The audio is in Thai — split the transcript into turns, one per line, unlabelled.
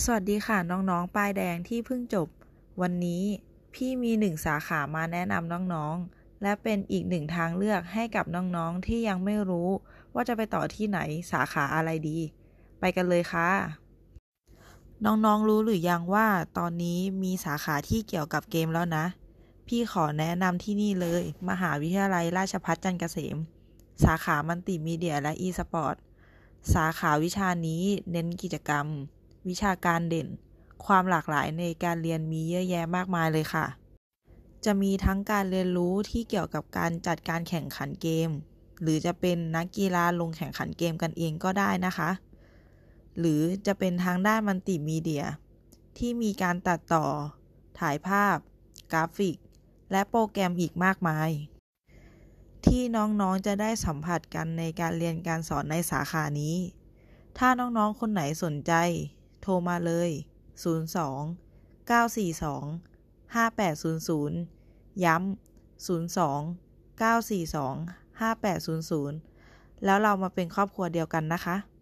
สวัสดีค่ะน้องๆป้ายแดงที่เพิ่งจบวันนี้พี่มี1 สาขามาแนะนำน้องๆและเป็นอีก1 ทางเลือกให้กับน้องๆที่ยังไม่รู้ว่าจะไปต่อที่ไหนสาขาอะไรดีไปกันเลยค่ะน้องๆรู้หรือยังว่าตอนนี้มีสาขาที่เกี่ยวกับเกมแล้วนะพี่ขอแนะนำที่นี่เลยมหาวิทยาลัยราชภัฏจันทร์เกษมสาขามัลติมีเดียและอีสปอร์ตสาขาวิชานี้เน้นกิจกรรมวิชาการเด่นความหลากหลายในการเรียนมีเยอะแยะมากมายเลยค่ะจะมีทั้งการเรียนรู้ที่เกี่ยวกับการจัดการแข่งขันเกมหรือจะเป็นนักกีฬาลงแข่งขันเกมกันเองก็ได้นะคะหรือจะเป็นทางด้านมัลติมีเดียที่มีการตัดต่อถ่ายภาพกราฟิกและโปรแกรมอีกมากมายที่น้องๆจะได้สัมผัสกันในการเรียนการสอนในสาขานี้ถ้าน้องๆคนไหนสนใจโทรมาเลย02 942 5800ย้ำ02 942 5800แล้วเรามาเป็นครอบครัวเดียวกันนะคะ